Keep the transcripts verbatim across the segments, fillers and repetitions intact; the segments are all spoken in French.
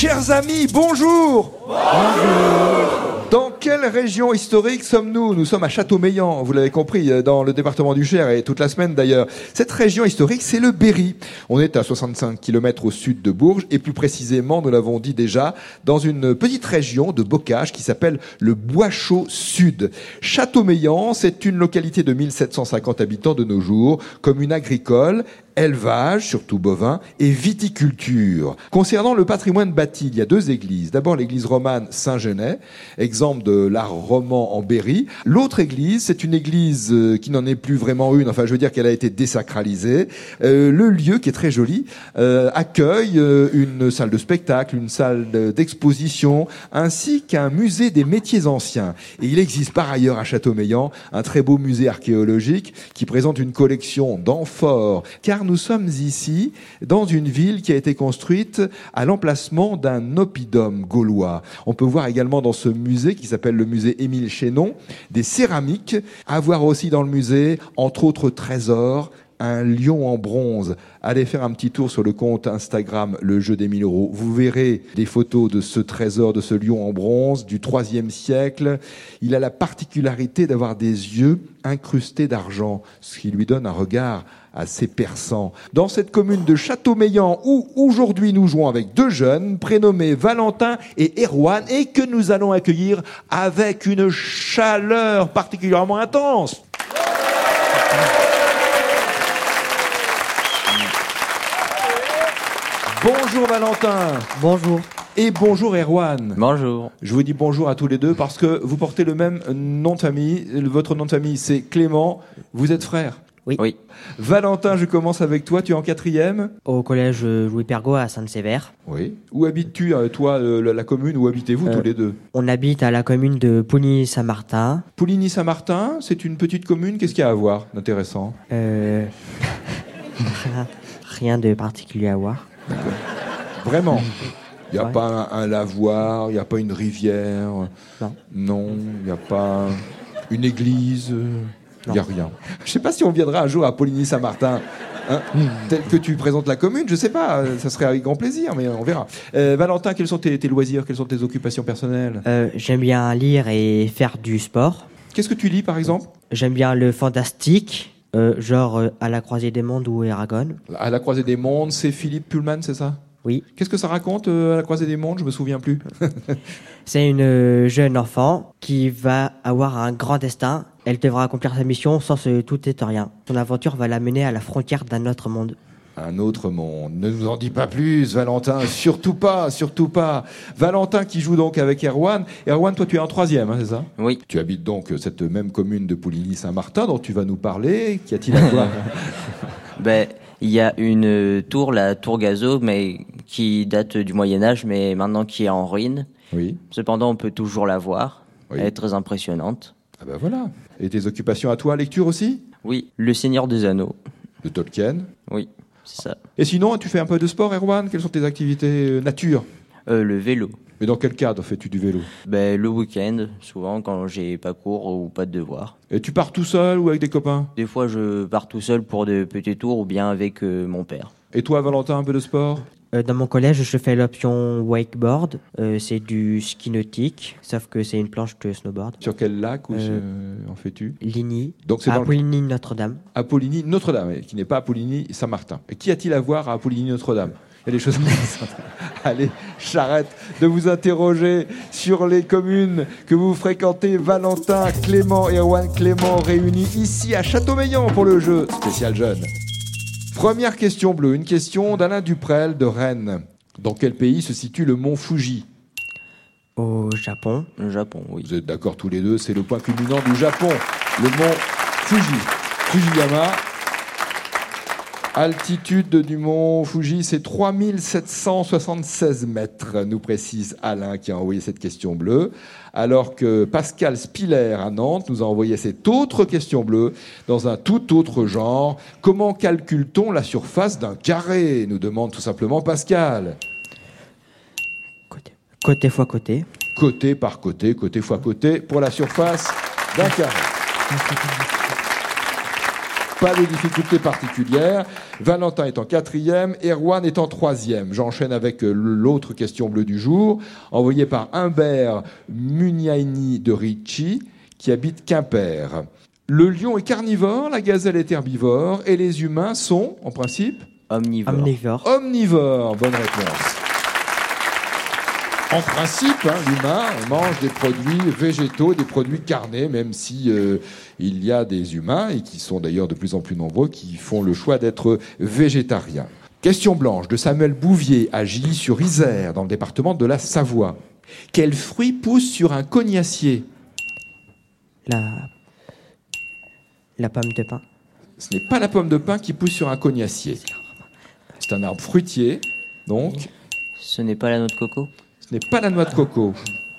Chers amis, bonjour. Bonjour. Dans quelle région historique sommes-nous ? Nous sommes à Châteaumeillan, vous l'avez compris, dans le département du Cher et toute la semaine d'ailleurs. Cette région historique, c'est le Berry. On est à soixante-cinq kilomètres au sud de Bourges et plus précisément, nous l'avons dit déjà, dans une petite région de bocage qui s'appelle le Bois-Chaud Sud. Châteaumeillan, c'est une localité de mille sept cent cinquante habitants de nos jours, commune agricole, élevage, surtout bovin, et viticulture. Concernant le patrimoine bâti, il y a deux églises. D'abord l'église romane Saint-Genès, exemple de l'art roman en Berry. L'autre église, c'est une église euh, qui n'en est plus vraiment une, enfin je veux dire qu'elle a été désacralisée. Euh, le lieu, qui est très joli, euh, accueille euh, une salle de spectacle, une salle d'exposition, ainsi qu'un musée des métiers anciens. Et il existe par ailleurs à Châteaumeillan un très beau musée archéologique qui présente une collection d'amphores, car nous sommes ici dans une ville qui a été construite à l'emplacement d'un oppidum gaulois. On peut voir également dans ce musée, qui s'appelle le musée Émile Chénon, des céramiques, à voir aussi dans le musée, entre autres trésors, un lion en bronze. Allez faire un petit tour sur le compte Instagram Le Jeu des mille euros. Vous verrez des photos de ce trésor, de ce lion en bronze du troisième siècle. Il a la particularité d'avoir des yeux incrustés d'argent, ce qui lui donne un regard assez perçant. Dans cette commune de Châteaumeillan, où aujourd'hui nous jouons avec deux jeunes prénommés Valentin et Erwan, et que nous allons accueillir avec une chaleur particulièrement intense. Bonjour Valentin. Bonjour. Et bonjour Erwan. Bonjour. Je vous dis bonjour à tous les deux parce que vous portez le même nom de famille. Votre nom de famille, c'est Clément. Vous êtes frères ? Oui. oui. Valentin, je commence avec toi. Tu es en quatrième ? Au collège Louis Pergaud à Sainte-Sévère. Oui. Où habites-tu, toi, la commune ? Où habitez-vous euh, tous les deux ? On habite à la commune de Pouligny-Saint-Martin. Pouligny-Saint-Martin, c'est une petite commune. Qu'est-ce qu'il y a à voir d'intéressant ? Euh... Rien de particulier à voir. D'accord. Vraiment ? Il n'y a ouais. pas un, un lavoir, il n'y a pas une rivière. Non. Non, il n'y a pas une église. Il n'y a rien. Je ne sais pas si on viendra un jour à Pouligny-Saint-Martin, hein, mmh. tel que tu présentes la commune. Je ne sais pas, ça serait avec grand plaisir, mais on verra. Euh, Valentin, quels sont tes, tes loisirs, quelles sont tes occupations personnelles ? euh, J'aime bien lire et faire du sport. Qu'est-ce que tu lis, par exemple ? J'aime bien le fantastique. Euh, genre euh, À la croisée des mondes ou Eragon. À la croisée des mondes, c'est Philippe Pullman, c'est ça ? Oui. Qu'est-ce que ça raconte euh, à la croisée des mondes ? Je me souviens plus. C'est une euh, jeune enfant qui va avoir un grand destin. Elle devra accomplir sa mission sans se douter de rien. Son aventure va l'amener à la frontière d'un autre monde. Un autre monde. Ne nous en dis pas plus, Valentin. Surtout pas, surtout pas. Valentin qui joue donc avec Erwan. Erwan, toi tu es en troisième, hein, c'est ça ? Oui. Tu habites donc cette même commune de Pouligny-Saint-Martin dont tu vas nous parler. Qu'y a-t-il à voir ? Ben, il y a une tour, la tour Gazeau, mais qui date du Moyen-Âge, mais maintenant qui est en ruine. Oui. Cependant, on peut toujours la voir. Oui. Elle est très impressionnante. Ah ben voilà. Et tes occupations à toi, lecture aussi ? Oui. Le Seigneur des Anneaux. De Tolkien ? Oui, c'est ça. Et sinon, tu fais un peu de sport, Erwan ? Quelles sont tes activités euh, nature ? euh, Le vélo. Mais dans quel cadre fais-tu du vélo ? Ben, le week-end, souvent quand j'ai pas cours ou pas de devoirs. Et tu pars tout seul ou avec des copains ? Des fois, je pars tout seul pour de petits tours ou bien avec euh, mon père. Et toi, Valentin, un peu de sport ? Euh, dans mon collège, je fais l'option wakeboard. Euh, c'est du ski nautique, sauf que c'est une planche de snowboard. Sur quel lac ou Euh, en fais-tu ? Ligny, Donc c'est à dans le- Pouligny-Notre-Dame. À Pouligny-Notre-Dame, qui n'est pas à Pouligny-Saint-Martin. Et qu'y a-t-il à voir à Pouligny-Notre-Dame ? Il y a des choses intéressantes. Allez, j'arrête de vous interroger sur les communes que vous fréquentez. Valentin, Clément et Erwan Clément réunis ici à Châteaumeillan pour le jeu spécial jeune. Première question bleue, une question d'Alain Duprel de Rennes. Dans quel pays se situe le mont Fuji ? Au Japon. Le Japon, oui. Vous êtes d'accord tous les deux, c'est le point culminant du Japon, le mont Fuji. Fujiyama. Altitude du mont Fuji, c'est trois mille sept cent soixante-seize mètres, nous précise Alain qui a envoyé cette question bleue. Alors que Pascal Spiller à Nantes nous a envoyé cette autre question bleue dans un tout autre genre. Comment calcule-t-on la surface d'un carré ? Nous demande tout simplement Pascal. Côté, côté fois côté. Côté par côté, côté fois côté, pour la surface d'un carré. Pas de difficultés particulières. Valentin est en quatrième, Erwan est en troisième. J'enchaîne avec l'autre question bleue du jour, envoyée par Humbert Muniaini de Ricci, qui habite Quimper. Le lion est carnivore, la gazelle est herbivore, et les humains sont, en principe, Omnivore. Omnivore. omnivores. Bonne réponse. En principe, hein, l'humain mange des produits végétaux, des produits carnés, même si euh, il y a des humains, et qui sont d'ailleurs de plus en plus nombreux, qui font le choix d'être végétariens. Question blanche de Samuel Bouvier à Gilly-sur-Isère, dans le département de la Savoie. Quel fruit pousse sur un cognacier ? La... La pomme de pin. Ce n'est pas la pomme de pin qui pousse sur un cognacier. C'est un arbre fruitier, donc Ce n'est pas la noix de coco. ce n'est pas la noix de coco.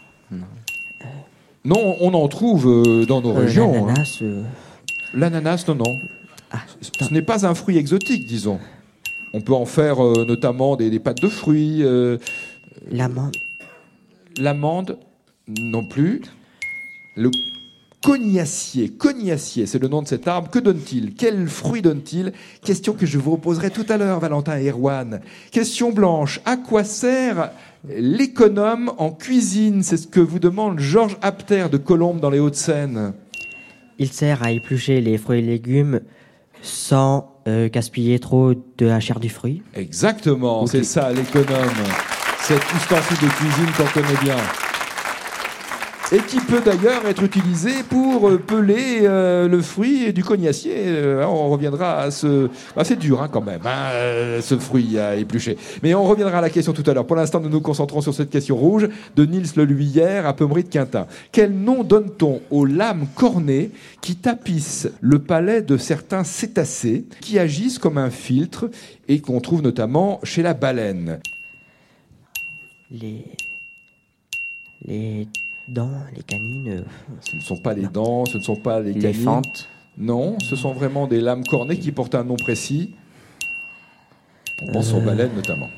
Non, on en trouve euh, dans nos Euh, régions. hein. L'ananas. euh, L'ananas, non, non. Ah, Ce n'est pas un fruit exotique, disons. On peut en faire euh, notamment des, des pâtes de fruits. euh, l'amande. L'amande, non plus. Le cognacier. Cognacier, c'est le nom de cet arbre. Que donne-t-il ? Quel fruit donne-t-il ? Question que je vous reposerai tout à l'heure, Valentin et Erwan. Question blanche. À quoi sert l'économe en cuisine ? C'est ce que vous demande Georges Apter de Colombes dans les Hauts-de-Seine. Il sert à éplucher les fruits et légumes sans euh, gaspiller trop de la chair du fruit. Exactement, Ok. c'est ça, l'économe. Cet ustensile de cuisine qu'on connaît bien. Et qui peut d'ailleurs être utilisé pour euh, peler euh, le fruit du cognacier. Euh, on reviendra à ce... Ah, c'est dur hein, quand même, hein, euh, ce fruit à éplucher. Mais on reviendra à la question tout à l'heure. Pour l'instant, nous nous concentrons sur cette question rouge de Niels Leluyère à Pemery de Quintin. Quel nom donne-t-on aux lames cornées qui tapissent le palais de certains cétacés, qui agissent comme un filtre et qu'on trouve notamment chez la baleine ? Les... Les dents, les canines... euh, Ce ne sont pas les dents, ce ne sont pas les Les canines. fentes. Non, ce sont vraiment des lames cornées qui portent un nom précis. On pense aux baleines notamment.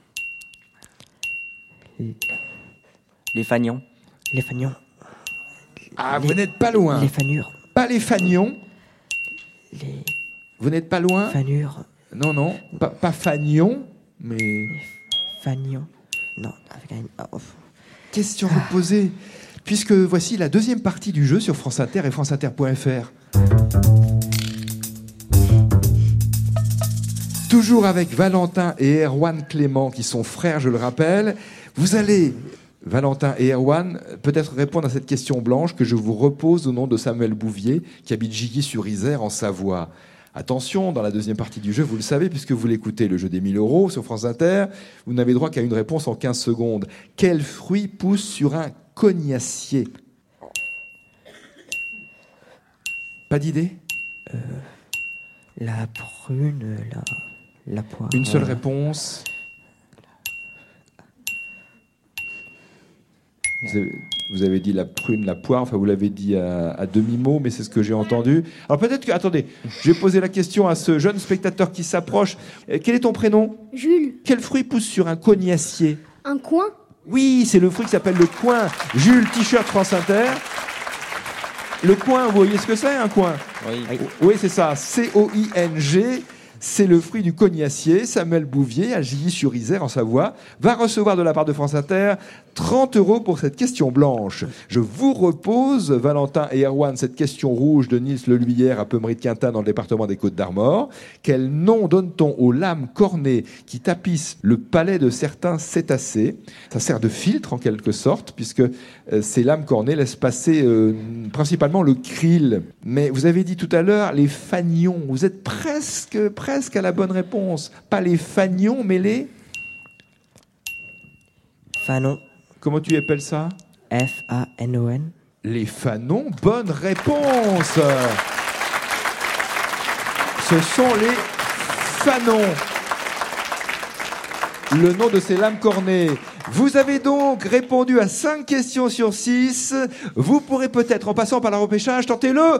Les fanions. Les fanions. Ah, Les- vous n'êtes pas loin. Les fanures. Pas les fanions. Les Vous n'êtes pas loin. fanures. Non, non, pas, pas fanions, mais... Fanions. Non, avec un... ah, oh. Question reposée. Puisque voici la deuxième partie du jeu sur France Inter et franceinter point f r. Toujours avec Valentin et Erwan Clément, qui sont frères, je le rappelle. Vous allez, Valentin et Erwan, peut-être répondre à cette question blanche que je vous repose au nom de Samuel Bouvier, qui habite Gilly-sur-Isère, en Savoie. Attention, dans la deuxième partie du jeu, vous le savez, puisque vous l'écoutez, le jeu des mille euros sur France Inter, vous n'avez droit qu'à une réponse en quinze secondes. Quel fruit pousse sur un cognacier ? Pas d'idée ? La prune, la, la poire. Une seule euh, réponse. Vous avez, vous avez dit la prune, la poire, enfin vous l'avez dit à, à demi-mot, mais c'est ce que j'ai entendu. Alors peut-être que, attendez, je vais poser la question à ce jeune spectateur qui s'approche. Euh, Quel est ton prénom ? Jules, Quel fruit pousse sur un cognacier ? un coin. Oui, c'est le fruit qui s'appelle le coin. Jules, t-shirt France Inter. Le coin, vous voyez ce que c'est, un coin ? Oui. Oui, c'est ça, C O I N G. C'est le fruit du cognacier. Samuel Bouvier, à Gilly-sur-Isère, en Savoie, va recevoir de la part de France Inter trente euros pour cette question blanche. Je vous repose, Valentin et Erwan, cette question rouge de Niels Leluyère à Pemery de Quintin, dans le département des Côtes-d'Armor. Quel nom donne-t-on aux lames cornées qui tapissent le palais de certains cétacés ? Ça sert de filtre, en quelque sorte, puisque euh, ces lames cornées laissent passer euh, principalement le krill. Mais vous avez dit tout à l'heure les fanions. Vous êtes presque, presque à la bonne réponse. Pas les fanions, mais les... Fanon. Comment tu appelles ça ? F A N O N. Les fanons. Bonne réponse. Ce sont les fanons. Le nom de ces lames cornées. Vous avez donc répondu à cinq questions sur six. Vous pourrez peut-être, en passant par la repêchage, tenter le...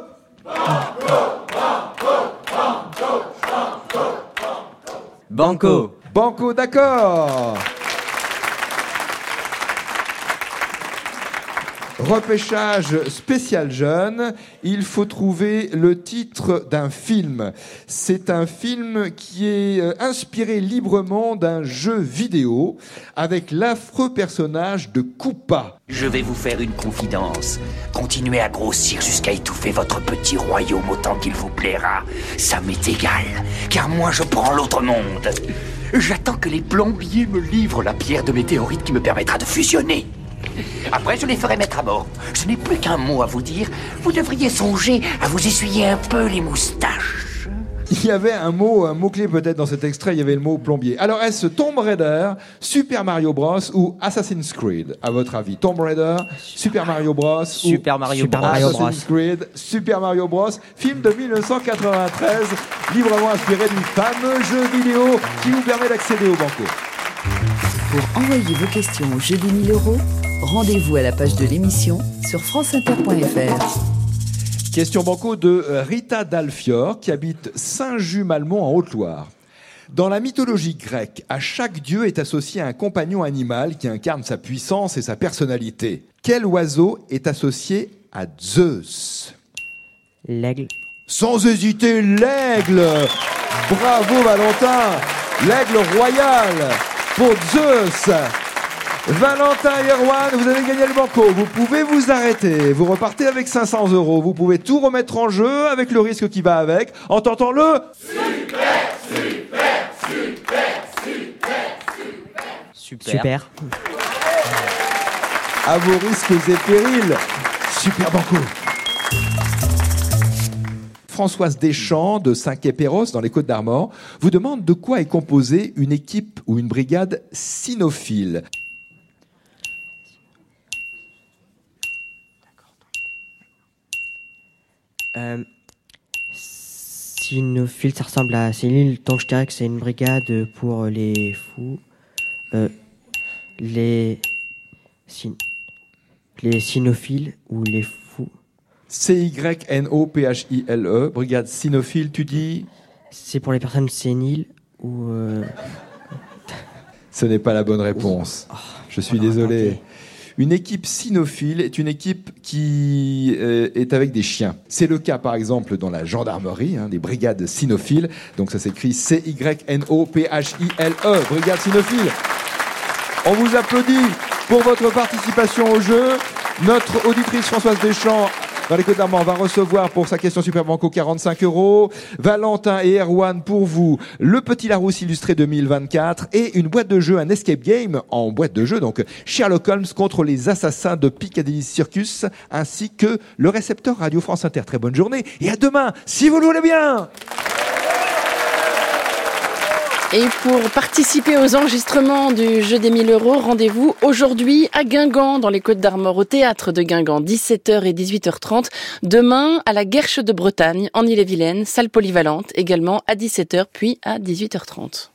Banco. Banco, d'accord. Repêchage spécial jeune, il faut trouver le titre d'un film. C'est un film qui est euh, inspiré librement d'un jeu vidéo avec l'affreux personnage de Koopa. Je vais vous faire une confidence. Continuez à grossir jusqu'à étouffer votre petit royaume autant qu'il vous plaira. Ça m'est égal, car moi je prends l'autre monde. J'attends que les plombiers me livrent la pierre de météorite qui me permettra de fusionner. Après, je les ferai mettre à mort. Je n'ai plus qu'un mot à vous dire. Vous devriez songer à vous essuyer un peu les moustaches. Il y avait un mot, un mot-clé peut-être dans cet extrait, il y avait le mot plombier. Alors, est-ce Tomb Raider, Super Mario Bros ou Assassin's Creed, à votre avis? Tomb Raider, Super Mario Bros Super ou Mario Super Bros. Mario Assassin's Creed, Super Mario Bros, film de mille neuf cent quatre-vingt-treize, librement inspiré du fameux jeu vidéo qui vous permet d'accéder au banco. Pour envoyer vos questions au jeu des mille euros, rendez-vous à la page de l'émission sur franceinter point f r. Question banco de Rita Dalfior qui habite Saint-Just-Malmont en Haute-Loire. Dans la mythologie grecque, à chaque dieu est associé un compagnon animal qui incarne sa puissance et sa personnalité. Quel oiseau est associé à Zeus? L'aigle. Sans hésiter, l'aigle. Bravo Valentin, l'aigle royal pour Zeus. Valentin et Erwan, vous avez gagné le banco. Vous pouvez vous arrêter. Vous repartez avec cinq cents euros. Vous pouvez tout remettre en jeu avec le risque qui va avec, en tentant le Super. Super. à vos risques et périls. Super banco. Françoise Deschamps de Saint-Quay-Perros dans les Côtes-d'Armor vous demande de quoi est composée une équipe ou une brigade cynophile. Euh, cynophile, ça ressemble à Céline, donc je dirais que c'est une brigade pour les fous. Euh, les... Cyn... les cynophiles ou les fous. C Y N O P H I L E, brigade cynophile, tu dis? C'est pour les personnes séniles ou... Euh... Ce n'est pas la bonne réponse. Je suis désolé. Une équipe cynophile est une équipe qui euh, est avec des chiens. C'est le cas, par exemple, dans la gendarmerie, hein, des brigades cynophiles. Donc ça s'écrit C Y N O P H I L E, brigade cynophile. On vous applaudit pour votre participation au jeu. Notre auditrice Françoise Deschamps dans les Côtes-d'Armor va recevoir pour sa question Super Banco quarante-cinq euros. Valentin et Erwan pour vous le Petit Larousse illustré deux mille vingt-quatre et une boîte de jeu, un escape game en boîte de jeu, donc Sherlock Holmes contre les assassins de Piccadilly Circus, ainsi que le récepteur Radio France Inter. Très bonne journée et à demain, si vous le voulez bien. Et pour participer aux enregistrements du jeu des mille euros, rendez-vous aujourd'hui à Guingamp, dans les Côtes-d'Armor, au théâtre de Guingamp, dix-sept heures et dix-huit heures trente. Demain, à la Guerche de Bretagne, en Ille-et-Vilaine, salle polyvalente, également à dix-sept heures puis à dix-huit heures trente.